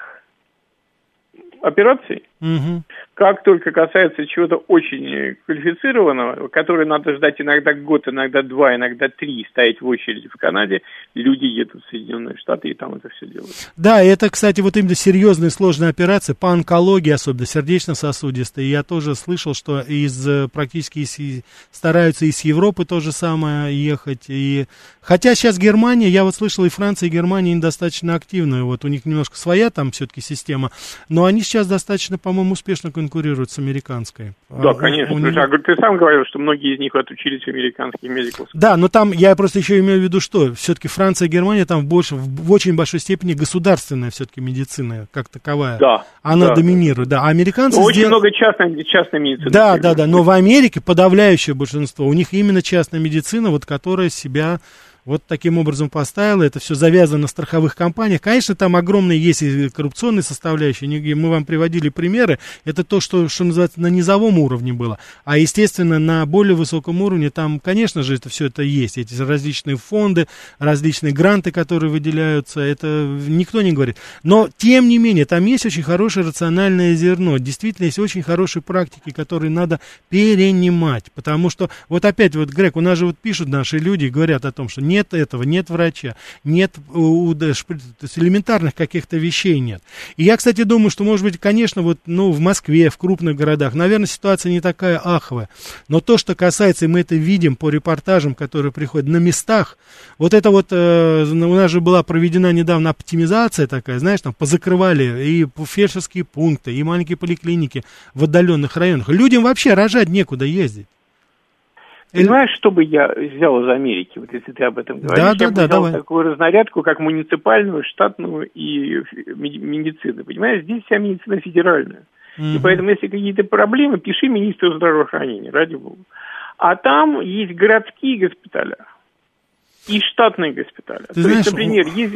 операций, угу. как только касается чего-то очень квалифицированного, которое надо ждать иногда год, иногда два, иногда три, стоять в очереди в Канаде, люди едут в Соединенные Штаты и там это все делают. Да, это, кстати, вот именно серьезные сложные операции по онкологии, особенно сердечно-сосудистой. Я тоже слышал, что из практически из, стараются из Европы то же самое ехать. И... Хотя сейчас Германия, я вот слышал, и Франция, и Германия достаточно активные. Вот у них немножко своя там все-таки система, но они сейчас достаточно, по-моему, успешно конкурируют с американской. Да, конечно. Них... А, ты сам говорил, что многие из них отучились в американских медикалах. Да, но там я просто еще имею в виду, что все-таки Франция и Германия там в, больше, в очень большой степени государственная все-таки медицина как таковая. Да. Она да, доминирует, да. А американцы... Очень сдел... много частной, частной медицины. Да, да, да. Но в Америке подавляющее большинство. У них именно частная медицина, вот которая себя... вот таким образом поставила, это все завязано на страховых компаниях. Конечно, там огромные есть и коррупционные составляющие, мы вам приводили примеры, это то, что, что называется, на низовом уровне было. А, естественно, на более высоком уровне там, конечно же, это все это есть, эти различные фонды, различные гранты, которые выделяются, это никто не говорит. Но, тем не менее, там есть очень хорошее рациональное зерно, действительно есть очень хорошие практики, которые надо перенимать, потому что, вот опять, вот, Грег, у нас же вот пишут наши люди, говорят о том, что нет этого, нет врача, нет у, у, элементарных каких-то вещей нет. И я, кстати, думаю, что, может быть, конечно, вот, ну, в Москве, в крупных городах, наверное, ситуация не такая аховая, но то, что касается, и мы это видим по репортажам, которые приходят на местах, вот это вот, э, у нас же была проведена недавно оптимизация такая, знаешь, там позакрывали и фельдшерские пункты, и маленькие поликлиники в отдаленных районах. Людям вообще рожать некуда ездить. Ты знаешь, что бы я взял из Америки, вот если ты об этом говоришь? Да, я да, бы да, взял давай. такую разнарядку, как муниципальную, штатную и медицину. Понимаешь, здесь вся медицина федеральная. Mm-hmm. И поэтому, если какие-то проблемы, пиши министру здравоохранения, ради бога. А там есть городские госпиталя и штатные госпиталя. Ты То знаешь, есть, например, есть...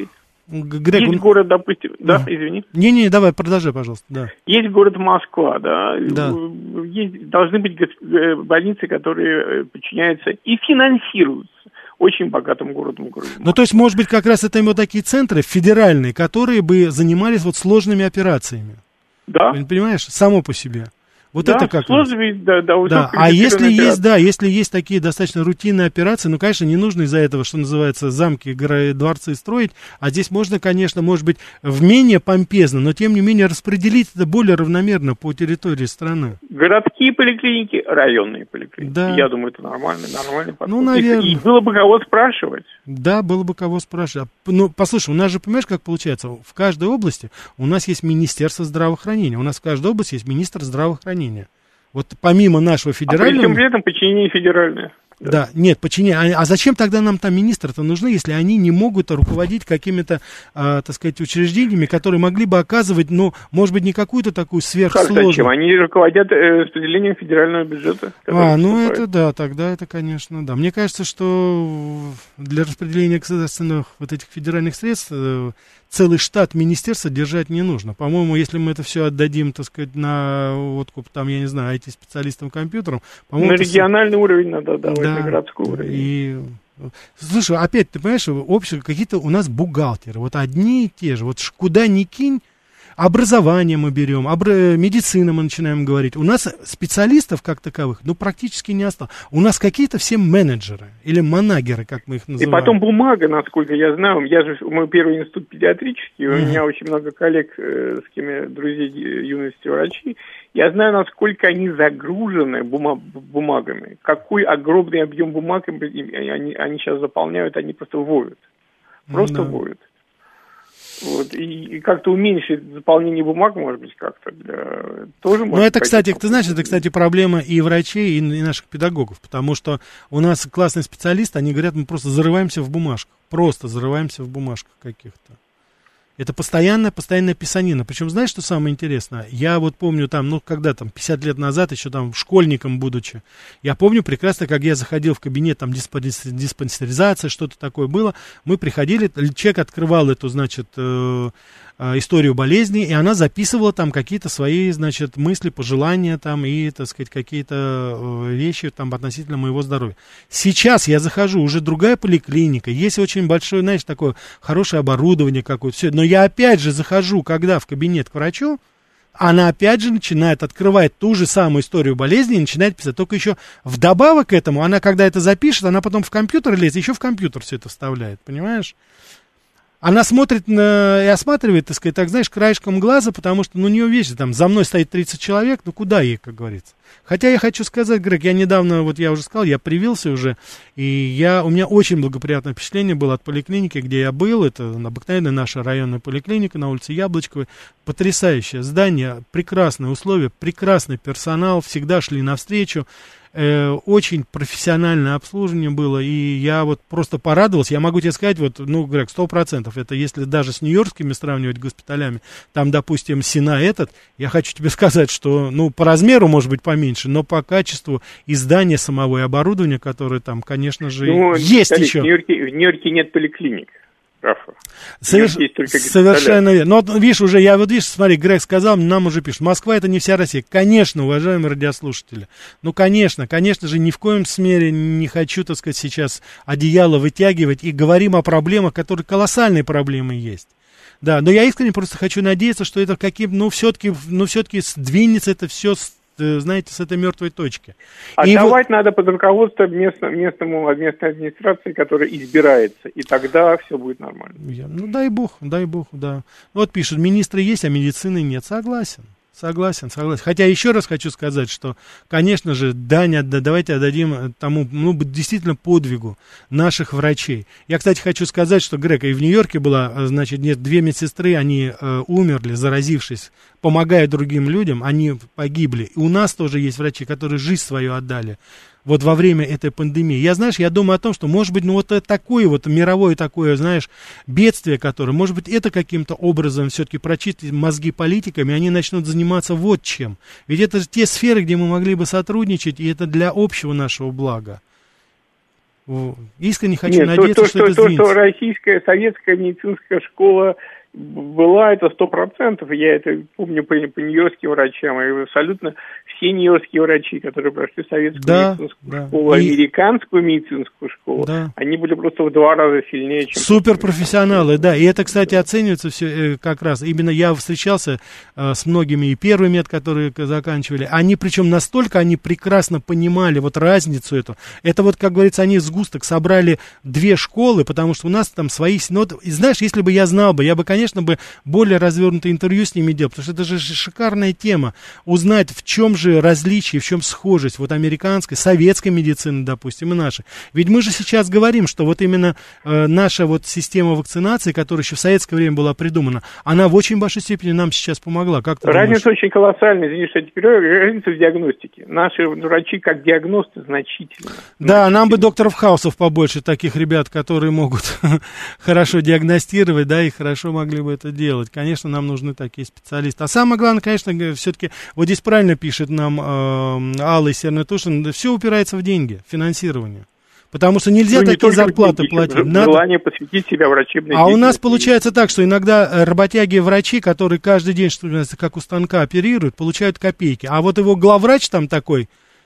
Грег, есть он... город, допустим... Да, да. извини. Не-не, давай, продолжай, пожалуйста. Да. Есть город Москва, да. да. Есть, должны быть больницы, которые подчиняются и финансируются очень богатым городом. городом. Ну, то есть, может быть, как раз это вот такие центры федеральные, которые бы занимались вот сложными операциями. Да. Понимаешь, само по себе. Вот да, это как сложными, да, да, да. А если операции. есть, да, если есть такие достаточно рутинные операции, ну, конечно, не нужно из-за этого, что называется, замки, дворцы строить, а здесь можно, конечно, может быть, в менее помпезно, но, тем не менее, распределить это более равномерно по территории страны. Городские поликлиники, районные поликлиники. Да. Я думаю, это нормально, нормальный подход. Ну, наверное. И, и было бы кого спрашивать. Да, было бы кого спрашивать. Ну, послушай, у нас же, понимаешь, как получается, в каждой области у нас есть Министерство здравоохранения, у нас в каждой области есть министр здравоохранения. Вот помимо нашего федерального... А при всем при этом подчинение федеральное. Да, да, нет, подчинение. А, а зачем тогда нам там министры-то нужны, если они не могут руководить какими-то, а, так сказать, учреждениями, которые могли бы оказывать, ну, может быть, не какую-то такую сверхсложную... Как зачем? Они руководят э, распределением федерального бюджета. А, ну это да, тогда это, конечно, да. Мне кажется, что для распределения государственных вот этих федеральных средств э, целый штат министерства держать не нужно. По-моему, если мы это все отдадим, так сказать, на откуп, там, я не знаю, ай ти-специалистам, компьютерам... На региональный с... уровень надо давать, да, на городской уровень. И... Слушай, опять, ты понимаешь, общество, какие-то у нас бухгалтеры, вот одни и те же, вот куда ни кинь, образование мы берем, обра... медицина мы начинаем говорить. У нас специалистов как таковых, ну, практически не осталось. У нас какие-то все менеджеры или манагеры, как мы их называем. И потом бумага, насколько я знаю. Я же, мой первый институт педиатрический, mm-hmm. у меня очень много коллег, э, с кем я, друзей юности врачи. Я знаю, насколько они загружены бума- бумагами. Какой огромный объем бумаг они, они сейчас заполняют, они просто воют. Просто mm-hmm. воют. Вот, и, и как-то уменьшить заполнение бумаг, может быть, как-то для... тоже. Ну, это, кстати, ты знаешь, это, кстати, проблема и врачей, и, и наших педагогов, потому что у нас классные специалисты, они говорят, мы просто зарываемся в бумажках, просто зарываемся в бумажках каких-то. Это постоянная, постоянная писанина. Причем, знаешь, что самое интересное? Я вот помню там, ну, когда там, пятьдесят лет назад, еще там, школьником будучи, я помню прекрасно, как я заходил в кабинет, там, диспансеризация, что-то такое было, мы приходили, человек открывал эту, значит, э, э, историю болезни, и она записывала там какие-то свои, значит, мысли, пожелания там, и, так сказать, какие-то э, вещи там относительно моего здоровья. Сейчас я захожу, уже другая поликлиника, есть очень большое, знаешь, такое хорошее оборудование какое-то, все, но я опять же захожу, когда в кабинет к врачу, она опять же начинает открывать ту же самую историю болезни и начинает писать. Только еще вдобавок к этому, она когда это запишет, она потом в компьютер лезет, еще в компьютер все это вставляет, понимаешь? Она смотрит на, и осматривает, так сказать, так, знаешь, краешком глаза, потому что, ну, у нее вещи, там, за мной стоит тридцать человек, ну, куда ей, как говорится. Хотя я хочу сказать, Грег, я недавно, вот я уже сказал, я привился уже, и я, у меня очень благоприятное впечатление было от поликлиники, где я был, это обыкновенная наша районная поликлиника на улице Яблочковой, потрясающее здание, прекрасные условия, прекрасный персонал, всегда шли навстречу. Э, очень профессиональное обслуживание было, и я вот просто порадовался. Я могу тебе сказать, вот, ну, Грег, сто процентов, это если даже с нью-йоркскими сравнивать госпиталями, там, допустим, Сина этот, я хочу тебе сказать, что, ну, по размеру, может быть, поменьше, но по качеству издания самого и оборудования, которое там, конечно же, ну, есть Старик, еще. В Нью-Йорке, в Нью-Йорке нет поликлиник. Соверш... Совершенно верно. Но вот, видишь, уже, я вот, видишь, смотри, Грег сказал, нам уже пишут, Москва это не вся Россия. Конечно, уважаемые радиослушатели, ну, конечно, конечно же, ни в коем мере не хочу, так сказать, сейчас одеяло вытягивать и говорим о проблемах, которые колоссальные проблемы есть. Да, но я искренне просто хочу надеяться, что это каким, ну, все-таки, ну, все-таки сдвинется это все с, знаете, с этой мертвой точки. Отдавать и... надо под руководство местному, местному, местной администрации, которая избирается, и тогда все будет нормально. Я, ну, дай бог, дай бог, да. Вот пишут, министры есть, а медицины нет. Согласен. Согласен, согласен. Хотя еще раз хочу сказать, что, конечно же, дань отда, давайте отдадим тому, ну, действительно подвигу наших врачей. Я, кстати, хочу сказать, что, Грег, и в Нью-Йорке была, значит, нет, две медсестры, они э, умерли, заразившись, помогая другим людям, они погибли. И у нас тоже есть врачи, которые жизнь свою отдали вот во время этой пандемии. Я, знаешь, я думаю о том, что, может быть, ну, вот такое вот мировое такое, знаешь, бедствие, которое, может быть, это каким-то образом все-таки прочистить мозги политиками, они начнут заниматься вот чем. Ведь это же те сферы, где мы могли бы сотрудничать, и это для общего нашего блага. Искренне хочу Нет, надеяться, то, что то, это то, сдвинется. что российская, советская медицинская школа была, это сто процентов. Я это помню по, по нью-йоркским врачам. И абсолютно все нью-йоркские врачи, которые прошли советскую да, медицинскую да. школу, И... американскую медицинскую школу, да. они были просто в два раза сильнее, чем... Суперпрофессионалы, да. И это, кстати, оценивается все э, как раз. Именно я встречался э, с многими и первый мед, которые заканчивали. Они, причем настолько они прекрасно понимали вот разницу эту. Это вот, как говорится, они сгусток собрали две школы, потому что у нас там свои... Ну, вот, и знаешь, если бы я знал бы, я бы, конечно, бы более развернутое интервью с ними делал, потому что это же шикарная тема. Узнать, в чем же различие, в чем схожесть вот американской, советской медицины, допустим, и нашей. Ведь мы же сейчас говорим, что вот именно э, наша вот система вакцинации, которая еще в советское время была придумана, она в очень большой степени нам сейчас помогла. Как ты разница думаешь? Очень колоссальная, извини, что я теперь разница в диагностике. Наши врачи как диагносты значительно. Да, значительно. Нам бы докторов Хаусов побольше, таких ребят, которые могут хорошо диагностировать, да, и хорошо могли бы это делать. Конечно, нам нужны такие специалисты. А самое главное, конечно, все-таки, вот здесь правильно пишет нам э, Алла из Северной-Тушин, все упирается в деньги, финансирование. Потому что нельзя ну, такие зарплаты деньги, платить. Надо... Желание посвятить себя врачебной А у нас получается так, что иногда работяги-врачи, которые каждый день, что как у станка оперируют, получают копейки. А вот его главврач там такой,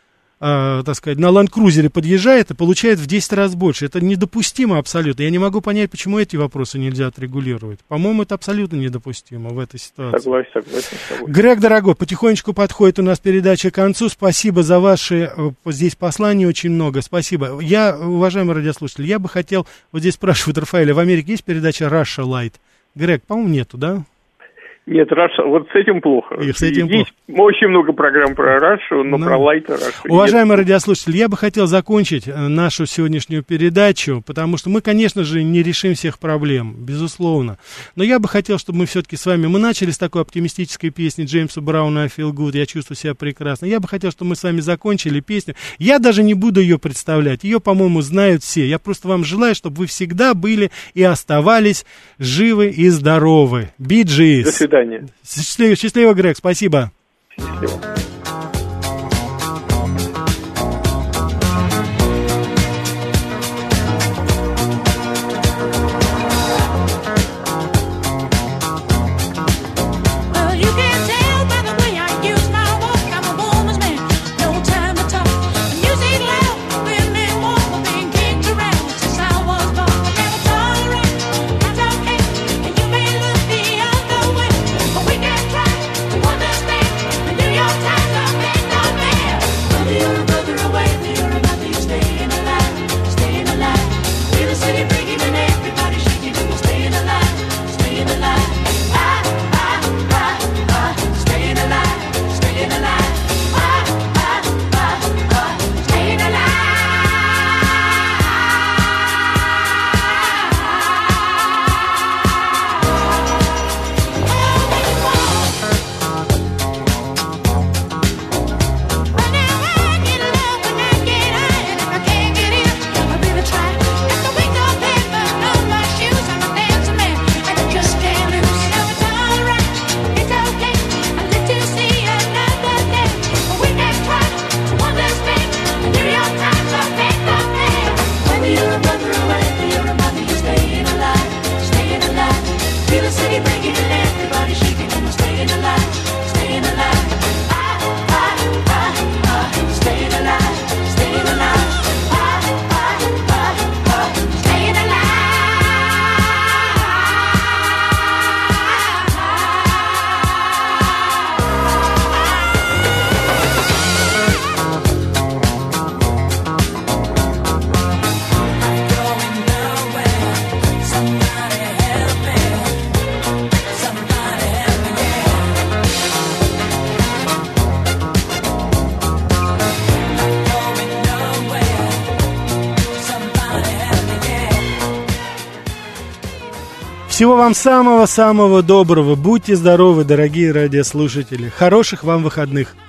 э, так сказать, на ланд-крузере подъезжает и получает в десять раз больше. Это недопустимо абсолютно. Я не могу понять, почему эти вопросы нельзя отрегулировать. По-моему, это абсолютно недопустимо в этой ситуации. Согласен, согласен. согласен. Грег, дорогой, потихонечку подходит у нас передача к концу. Спасибо за ваши здесь послания, очень много. Спасибо. Я, уважаемый радиослушатель, я бы хотел, вот здесь спрашивают Рафаэля, в Америке есть передача Russia Light? Грег, по-моему, нету, да? Нет, Раша, вот с этим плохо. И с этим Есть плохо. Очень много программ про Рашу, но ну, про Лайта Рашу уважаемые нет. Радиослушатели, я бы хотел закончить нашу сегодняшнюю передачу, потому что мы, конечно же, не решим всех проблем, безусловно. Но я бы хотел, чтобы мы все-таки с вами... Мы начали с такой оптимистической песни Джеймса Брауна «I feel good», «Я чувствую себя прекрасно». Я бы хотел, чтобы мы с вами закончили песню. Я даже не буду ее представлять. Ее, по-моему, знают все. Я просто вам желаю, чтобы вы всегда были и оставались живы и здоровы. Bee Gees. До свидания. Счастливо, счастливо, Грег, спасибо. Счастливо. Всего вам самого-самого доброго. Будьте здоровы, дорогие радиослушатели. Хороших вам выходных.